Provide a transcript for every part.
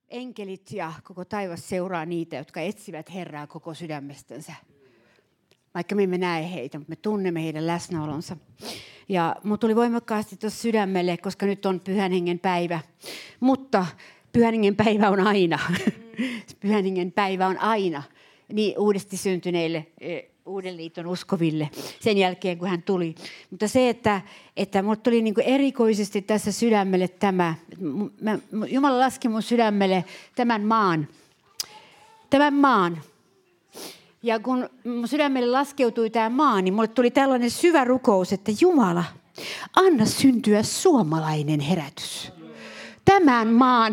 Enkelit ja koko taivas seuraa niitä, jotka etsivät Herraa koko sydämestänsä. Vaikka me emme näe heitä, mutta me tunnemme heidän läsnäolonsa. Ja minun tuli voimakkaasti tuossa sydämelle, koska nyt on Pyhän Hengen päivä. Mutta Pyhän Hengen päivä on aina. Pyhän Hengen päivä on aina. Niin uudesti syntyneille, Uuden liiton uskoville sen jälkeen, kun hän tuli. Mutta se, että minulle tuli niin kuin erikoisesti tässä sydämelle tämä. Jumala laski mun sydämelle tämän maan. Tämän maan. Ja kun mun sydämelle laskeutui tämä maa, niin mulle tuli tällainen syvä rukous, että Jumala, anna syntyä suomalainen herätys. Tämän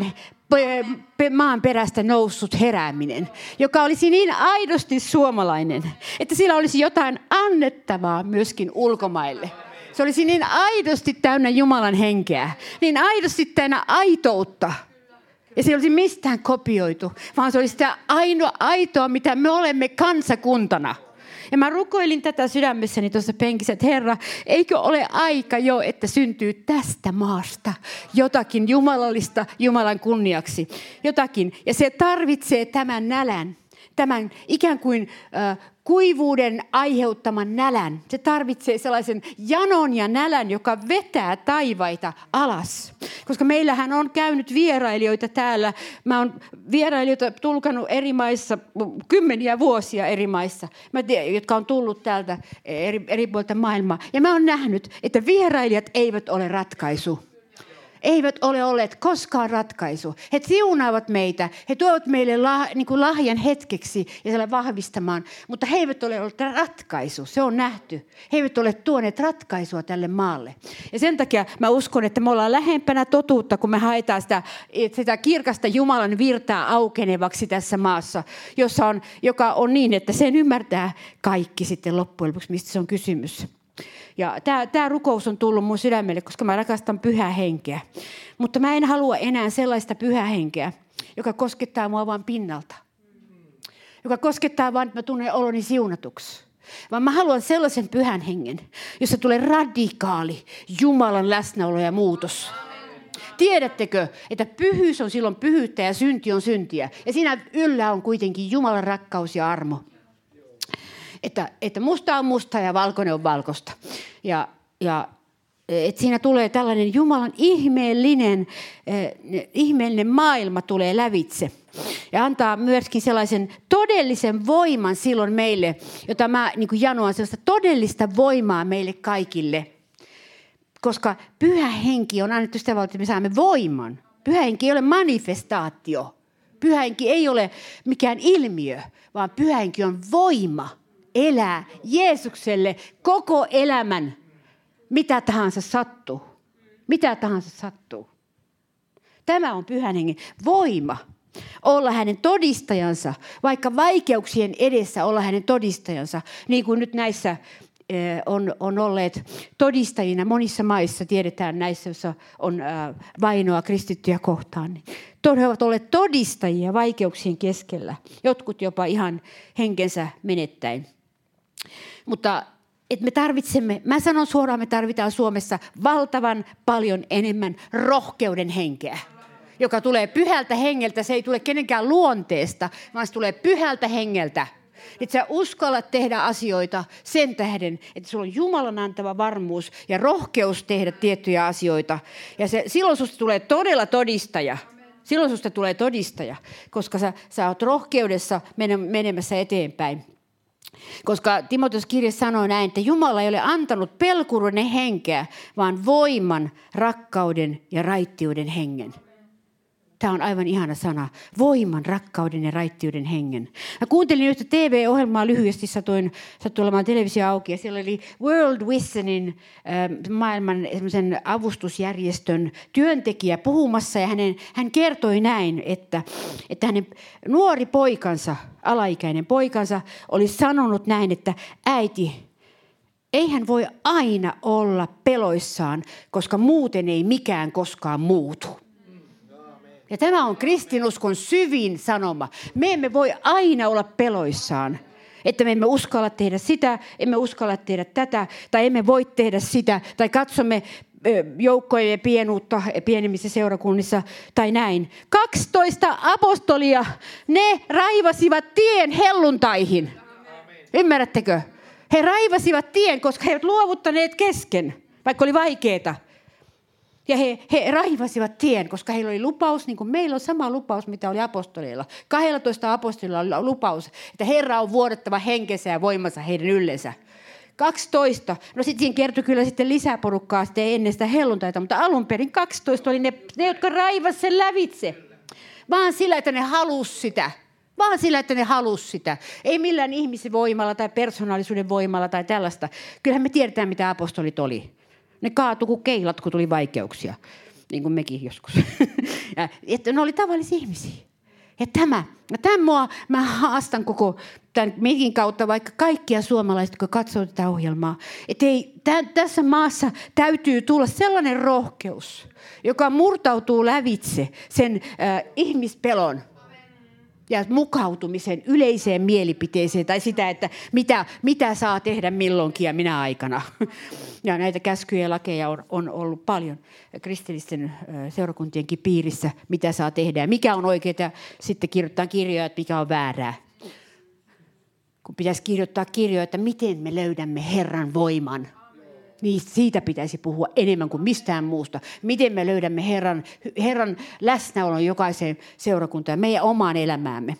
maan perästä noussut herääminen, joka olisi niin aidosti suomalainen, että sillä olisi jotain annettavaa myöskin ulkomaille. Se olisi niin aidosti täynnä Jumalan henkeä, niin aidosti täynnä aitoutta. Ja se ei olisi mistään kopioitu, vaan se olisi sitä aitoa, mitä me olemme kansakuntana. Ja mä rukoilin tätä sydämessäni tuossa penkissä, että Herra, eikö ole aika jo, että syntyy tästä maasta jotakin jumalallista Jumalan kunniaksi. Jotakin. Ja se tarvitsee tämän nälän, tämän ikään kuin kuivuuden aiheuttaman nälän. Se tarvitsee sellaisen janon ja nälän, joka vetää taivaita alas. Koska meillähän on käynyt vierailijoita täällä. Mä oon vierailijoita tulkanut eri maissa, kymmeniä vuosia eri maissa, jotka on tullut täältä eri puolilta maailmaa. Ja mä oon nähnyt, että vierailijat eivät ole ratkaisu. Eivät ole olleet koskaan ratkaisu. He siunaavat meitä, he tuovat meille lahjan hetkeksi ja siellä vahvistamaan, mutta he eivät ole olleet ratkaisu. Se on nähty. He eivät ole tuoneet ratkaisua tälle maalle. Ja sen takia mä uskon, että me ollaan lähempänä totuutta, kun me haetaan sitä kirkasta Jumalan virtaa aukenevaksi tässä maassa, joka on niin, että sen ymmärtää kaikki sitten loppujen lopuksi, mistä se on kysymys. Ja tämä rukous on tullut mun sydämelle, koska mä rakastan pyhää henkeä. Mutta mä en halua enää sellaista pyhää henkeä, joka koskettaa mua vain pinnalta. Joka koskettaa vain, että mä tunnen oloni siunatuksi. Vaan mä haluan sellaisen pyhän hengen, jossa tulee radikaali Jumalan läsnäolo ja muutos. Tiedättekö, että pyhyys on silloin pyhyyttä ja synti on syntiä. Ja siinä yllä on kuitenkin Jumalan rakkaus ja armo. Että musta on musta ja valkoinen on valkoista. Ja että siinä tulee tällainen Jumalan ihmeellinen maailma tulee lävitse. Ja antaa myöskin sellaisen todellisen voiman silloin meille, jota mä niin kuin janoan, sellaista todellista voimaa meille kaikille. Koska pyhä henki on annettu sitä valtaa, että me saamme voiman. Pyhä henki ei ole manifestaatio. Pyhä henki ei ole mikään ilmiö, vaan pyhä henki on voima. Elää Jeesukselle koko elämän, mitä tahansa sattuu. Mitä tahansa sattuu. Tämä on pyhän hengen voima. Olla hänen todistajansa, vaikka vaikeuksien edessä olla hänen todistajansa. Niin kuin nyt näissä on olleet todistajina monissa maissa, tiedetään näissä, joissa on vainoa kristittyjä kohtaan. Niin he ovat olleet todistajia vaikeuksien keskellä. Jotkut jopa ihan henkensä menettäen. Mutta että me tarvitsemme, mä sanon suoraan, me tarvitaan Suomessa valtavan paljon enemmän rohkeuden henkeä, joka tulee pyhältä hengeltä. Se ei tule kenenkään luonteesta, vaan se tulee pyhältä hengeltä. Että sä uskallat tehdä asioita sen tähden, että sulla on Jumalan antava varmuus ja rohkeus tehdä tiettyjä asioita. Ja silloin susta tulee todella todistaja. Silloin susta tulee todistaja, koska sä oot rohkeudessa menemässä eteenpäin. Koska Timoteus kirja sanoo näin, että Jumala ei ole antanut pelkuruuden henkeä, vaan voiman, rakkauden ja raittiuden hengen. Tämä on aivan ihana sana. Voiman, rakkauden ja raittiuden hengen. Mä kuuntelin yhtä TV-ohjelmaa lyhyesti, satuin olemaan televisio auki, ja siellä oli World Visionin maailman avustusjärjestön työntekijä puhumassa, ja hän kertoi näin, että hänen nuori poikansa, alaikäinen poikansa, oli sanonut näin, että äiti, ei hän voi aina olla peloissaan, koska muuten ei mikään koskaan muutu. Ja tämä on kristinuskon syvin sanoma. Me emme voi aina olla peloissaan, että me emme uskalla tehdä sitä, emme uskalla tehdä tätä, tai emme voi tehdä sitä, tai katsomme joukkojen pienuutta pienemmissä seurakunnissa tai näin. 12 apostolia, ne raivasivat tien helluntaihin. Ymmärrättekö? He raivasivat tien, koska he eivät luovuttaneet kesken, vaikka oli vaikeaa. Ja he raivasivat tien, koska heillä oli lupaus, niin kuin meillä on sama lupaus, mitä oli apostoleilla. 12 apostolilla oli lupaus, että Herra on vuodattava henkensä ja voimansa heidän yllensä. 12. No sitten siinä kertoi kyllä sitten lisää porukkaa sitten ennen sitä helluntaita, mutta alun perin 12 oli ne jotka raivasivat sen lävitse. Vaan sillä, että ne halusi sitä. Vaan sillä, että ne halusi sitä. Ei millään ihmisen voimalla tai persoonallisuuden voimalla tai tällaista. Kyllähän me tiedetään, mitä apostolit oli. Ne kaatui kuin keilat, kun tuli vaikeuksia. Niin kuin mekin joskus. Että ne oli tavallisia ihmisiä. Ja tämän mä haastan koko tämän mekin kautta vaikka kaikkia suomalaiset, jotka katsoo tätä ohjelmaa. Että tässä maassa täytyy tulla sellainen rohkeus, joka murtautuu lävitse sen ihmispelon ja mukautumisen yleiseen mielipiteeseen tai sitä, että mitä saa tehdä milloinkin ja minä aikana. Ja näitä käskyjä ja lakeja on ollut paljon kristillisten seurakuntienkin piirissä, mitä saa tehdä ja mikä on oikeaa. Ja sitten kirjoittaa kirjoja, että mikä on väärää. Kun pitäisi kirjoittaa kirjoja, että miten me löydämme Herran voiman. Niin siitä pitäisi puhua enemmän kuin mistään muusta. Miten me löydämme Herran läsnäolon jokaiseen seurakuntaan ja meidän omaan elämäämme.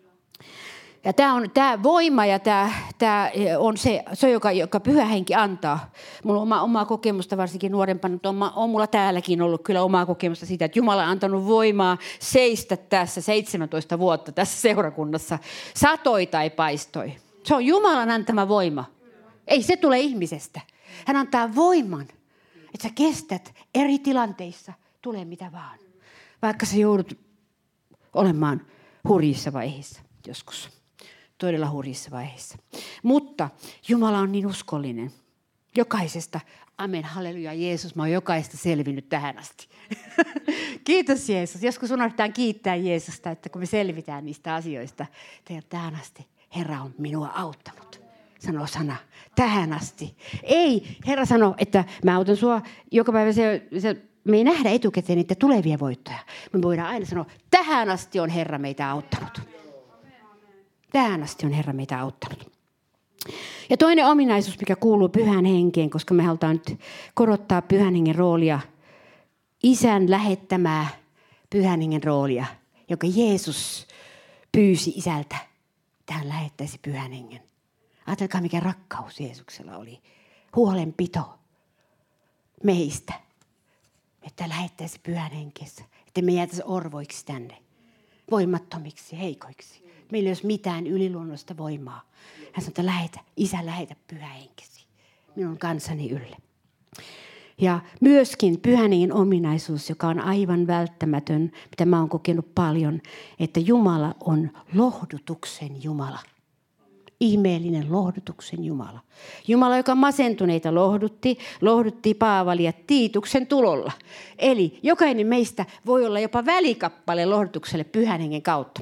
Ja tämä voima ja tämä on se joka Pyhä Henki antaa. Mulla on omaa kokemusta varsinkin nuorempana, mutta on mulla täälläkin ollut kyllä omaa kokemusta siitä, että Jumala on antanut voimaa seistä tässä 17 vuotta tässä seurakunnassa. Satoi tai paistoi. Se on Jumalan antama voima. Ei se tule ihmisestä. Hän antaa voiman, että sä kestät eri tilanteissa, tulee mitä vaan. Vaikka sä joudut olemaan hurjissa vaiheissa joskus. Todella hurjissa vaiheissa. Mutta Jumala on niin uskollinen. Jokaisesta, amen, halleluja, Jeesus, mä oon jokaista selvinnyt tähän asti. Kiitos Jeesus. Joskus unohdetaan kiittää Jeesusta, että kun me selvitään niistä asioista, tähän asti Herra on minua auttanut. Sanoo sana. Tähän asti. Ei, Herra sanoo, että mä autan sua joka päivä. Me ei nähdä etukäteen niitä tulevia voittoja. Me voidaan aina sanoa, tähän asti on Herra meitä auttanut. Tähän asti on Herra meitä auttanut. Ja toinen ominaisuus, mikä kuuluu Pyhän Henkeen, koska me halutaan nyt korottaa Pyhän Hengen roolia, Isän lähettämää Pyhän Hengen roolia, joka Jeesus pyysi Isältä, että hän lähettäisi Pyhän Hengen. Ajatelkaa, mikä rakkaus Jeesuksella oli. Huolenpito meistä, että lähettäisi Pyhän Henkensä, että me jäätäisi orvoiksi tänne, voimattomiksi, heikoiksi. Meillä ei olisi mitään yliluonnollista voimaa. Hän sanoi, että Isä, lähetä Pyhä Henkesi minun kansani ylle. Ja myöskin Pyhän Hengen ominaisuus, joka on aivan välttämätön, mitä mä oon kokenut paljon, että Jumala on lohdutuksen Jumala. Ihmeellinen lohdutuksen Jumala. Jumala, joka masentuneita lohdutti Paavalia Tiituksen tulolla. Eli jokainen meistä voi olla jopa välikappale lohdutukselle Pyhän Hengen kautta.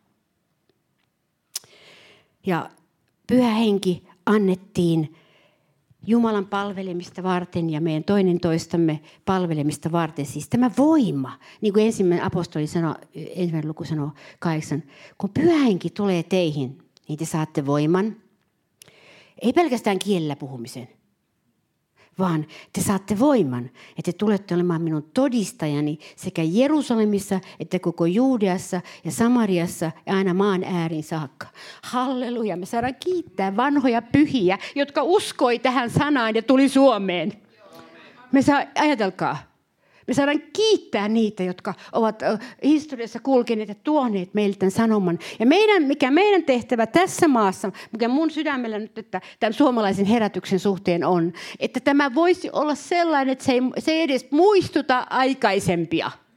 Ja Pyhä Henki annettiin Jumalan palvelemista varten ja meidän toinen toistamme palvelemista varten. Siis tämä voima, niin kuin ensimmäinen apostoli sanoi, ensimmäinen luku sanoo 8, kun Pyhä Henki tulee teihin, niin te saatte voiman. Ei pelkästään kielellä puhumisen, vaan te saatte voiman, että te tulette olemaan minun todistajani sekä Jerusalemissa että koko Juudeassa ja Samariassa ja aina maan äärin saakka. Halleluja, me saadaan kiittää vanhoja pyhiä, jotka uskoi tähän sanaan ja tuli Suomeen. Ajatelkaa. Me saadaan kiittää niitä, jotka ovat historiassa kulkeneet ja tuoneet meille tämän sanoman. Ja mikä meidän tehtävä tässä maassa, mikä mun sydämellä nyt että tämän suomalaisen herätyksen suhteen on, että tämä voisi olla sellainen, että se ei edes muistuta aikaisempia,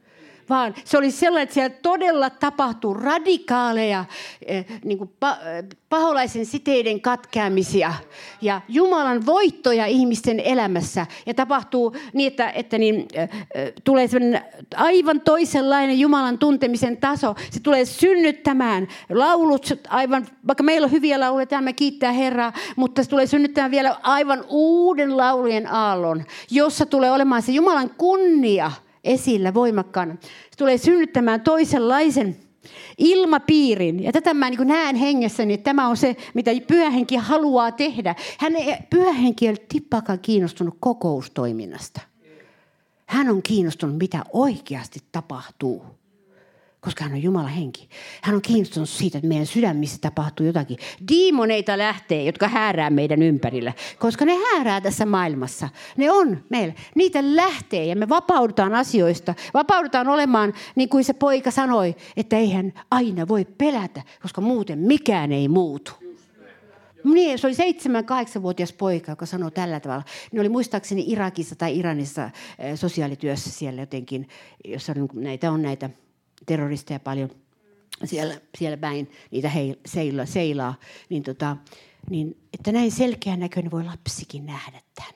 vaan se oli sellainen, että siellä todella tapahtuu radikaaleja niin kuin paholaisen siteiden katkeamisia ja Jumalan voittoja ihmisten elämässä. Ja tapahtuu niin, että tulee sellainen aivan toisenlainen Jumalan tuntemisen taso. Se tulee synnyttämään laulut, aivan, vaikka meillä on hyviä lauluja, me kiittää Herraa, mutta se tulee synnyttämään vielä aivan uuden laulujen aallon, jossa tulee olemaan se Jumalan kunnia esillä voimakkaana. Se tulee synnyttämään toisenlaisen ilmapiirin. Ja tätä mä niin näen hengessäni, että tämä on se, mitä Pyhä Henki haluaa tehdä. Pyhä Henki ei ole tippaakaan kiinnostunut kokoustoiminnasta. Hän on kiinnostunut, mitä oikeasti tapahtuu. Koska hän on Jumalan henki. Hän on kiinnostunut siitä, että meidän sydämissä tapahtuu jotakin. Diimoneita lähtee, jotka häärää meidän ympärillä. Koska ne häärää tässä maailmassa. Ne on meillä. Niitä lähtee ja me vapaudutaan asioista. Vapaudutaan olemaan, niin kuin se poika sanoi, että eihän aina voi pelätä, koska muuten mikään ei muutu. Niin, se oli 7-8-vuotias poika, joka sanoi tällä tavalla. Ne oli muistaakseni Irakissa tai Iranissa sosiaalityössä siellä jotenkin, jossa on näitä terroristeja paljon siellä päin, niitä seilaa, niin että näin selkeän näköinen voi lapsikin nähdä tämän.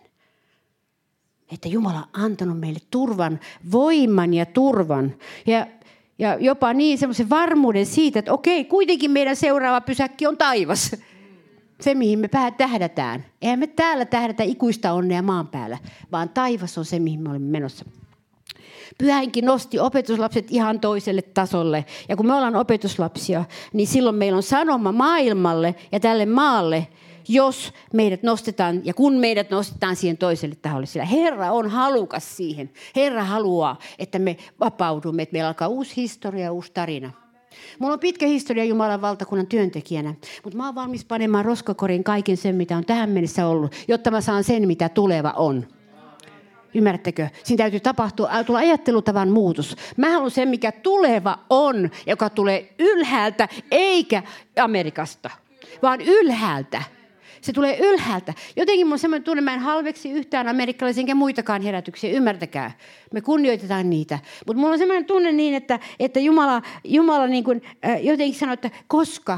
Että Jumala on antanut meille turvan, voiman ja turvan. Ja jopa niin semmoisen varmuuden siitä, että okei, kuitenkin meidän seuraava pysäkki on taivas. Se, mihin me tähdätään. Eihän me täällä tähdätä ikuista onnea maan päällä, vaan taivas on se, mihin me olemme menossa. Pyhä Henki nosti opetuslapset ihan toiselle tasolle. Ja kun me ollaan opetuslapsia, niin silloin meillä on sanoma maailmalle ja tälle maalle, jos meidät nostetaan ja kun meidät nostetaan siihen toiselle taholle. Sillä Herra on halukas siihen. Herra haluaa, että me vapaudumme, että meillä alkaa uusi historia ja uusi tarina. Mulla on pitkä historia Jumalan valtakunnan työntekijänä, mutta mä oon valmis panemaan roskakoriin kaiken sen, mitä on tähän mennessä ollut, jotta mä saan sen, mitä tuleva on. Ymmärrättekö? Siinä täytyy tulla ajattelutavan muutos. Mä haluan sen, mikä tuleva on, joka tulee ylhäältä, eikä Amerikasta, vaan ylhäältä. Se tulee ylhäältä. Jotenkin mun on semmoinen tunne, mä en halveksi yhtään amerikkalaisia enkä muitakaan herätyksiä. Ymmärtäkää. Me kunnioitetaan niitä. Mutta mulla on semmoinen tunne niin, että Jumala niin kuin, jotenkin sanoo, että koska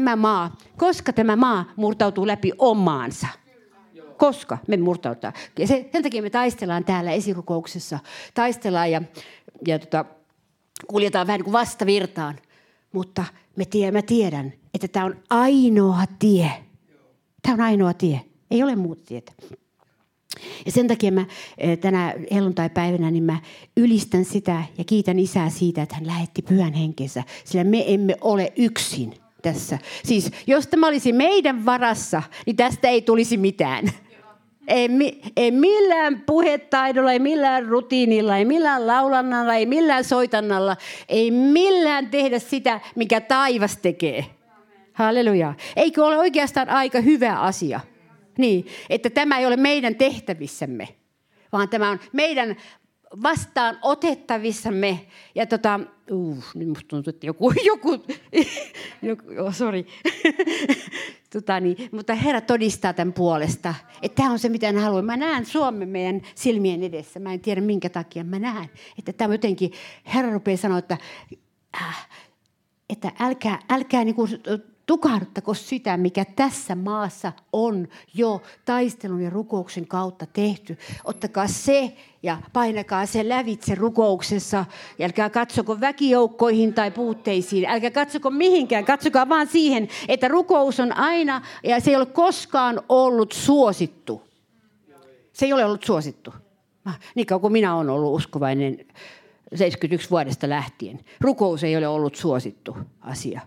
tämä maa murtautuu läpi omaansa. Koska me murtautaan. Ja sen takia me taistellaan täällä esirukouksessa. Taistellaan ja kuljetaan vähän niin kuin vastavirtaan. Mutta mä tiedän, että tämä on ainoa tie. Tämä on ainoa tie. Ei ole muuta tietä. Ja sen takia mä tänä helluntai-päivänä niin mä ylistän sitä ja kiitän Isää siitä, että hän lähetti Pyhän Henkensä. Sillä me emme ole yksin tässä. Siis jos tämä olisi meidän varassa, niin tästä ei tulisi mitään. Ei millään puhetaidolla, ei millään rutiinilla, ei millään laulannalla, ei millään soitannalla, ei millään tehdä sitä, mikä taivas tekee. Halleluja. Eikö ole oikeastaan aika hyvä asia? Niin, että tämä ei ole meidän tehtävissämme, vaan tämä on meidän vastaan otettavissamme. Ja nyt musta tuntuu, että joku sorry. Mutta Herra todistaa tämän puolesta, että tämä on se, mitä hän haluaa. Mä näen Suomen meidän silmien edessä. Mä en tiedä, minkä takia mä näen. Että tämä jotenkin, Herra rupeaa sanoa, että älkää niinku tukahduttako sitä, mikä tässä maassa on jo taistelun ja rukouksen kautta tehty. Ottakaa se ja painakaa se lävitse rukouksessa. Ja älkää katsoko väkijoukkoihin tai puutteisiin. Älkää katsoko mihinkään. Katsokaa vaan siihen, että rukous on aina ja se ei ole koskaan ollut suosittu. Se ei ole ollut suosittu. Niin kauan kuin minä olen ollut uskovainen 71 vuodesta lähtien. Rukous ei ole ollut suosittu asia.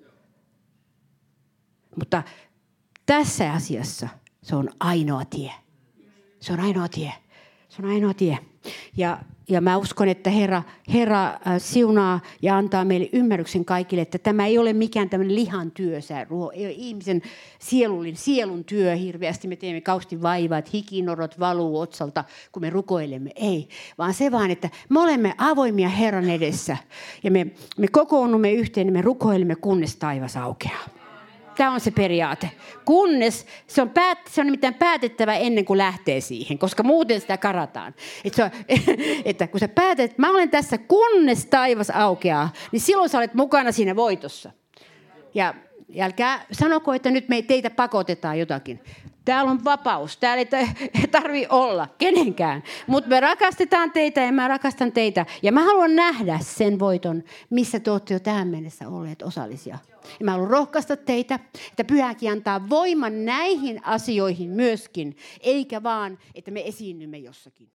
Mutta tässä asiassa se on ainoa tie. Se on ainoa tie. Se on ainoa tie. Ja mä uskon, että Herra siunaa ja antaa meille ymmärryksen kaikille, että tämä ei ole mikään tämmöinen lihan työ. Ei ole ihmisen sielun työ hirveästi. Me teemme kausti vaivaa, että hikinorot valuu otsalta, kun me rukoilemme. Ei, vaan se vaan, että me olemme avoimia Herran edessä. Ja me kokoonnumme yhteen ja me rukoilemme, kunnes taivas aukeaa. Tämä on se periaate. Kunnes se on nimittäin päätettävä ennen kuin lähtee siihen, koska muuten sitä karataan. Että kun sä päätät, että mä olen tässä, kunnes taivas aukeaa, niin silloin sä olet mukana siinä voitossa. Ja älkää sanoko, että nyt teitä pakotetaan jotakin. Täällä on vapaus. Täällä ei tarvitse olla kenenkään. Mutta me rakastetaan teitä ja mä rakastan teitä. Ja mä haluan nähdä sen voiton, missä te olette jo tähän mennessä olleet osallisia. Ja mä haluan rohkaista teitä, että Pyhäkin antaa voiman näihin asioihin myöskin, eikä vaan, että me esiinnymme jossakin.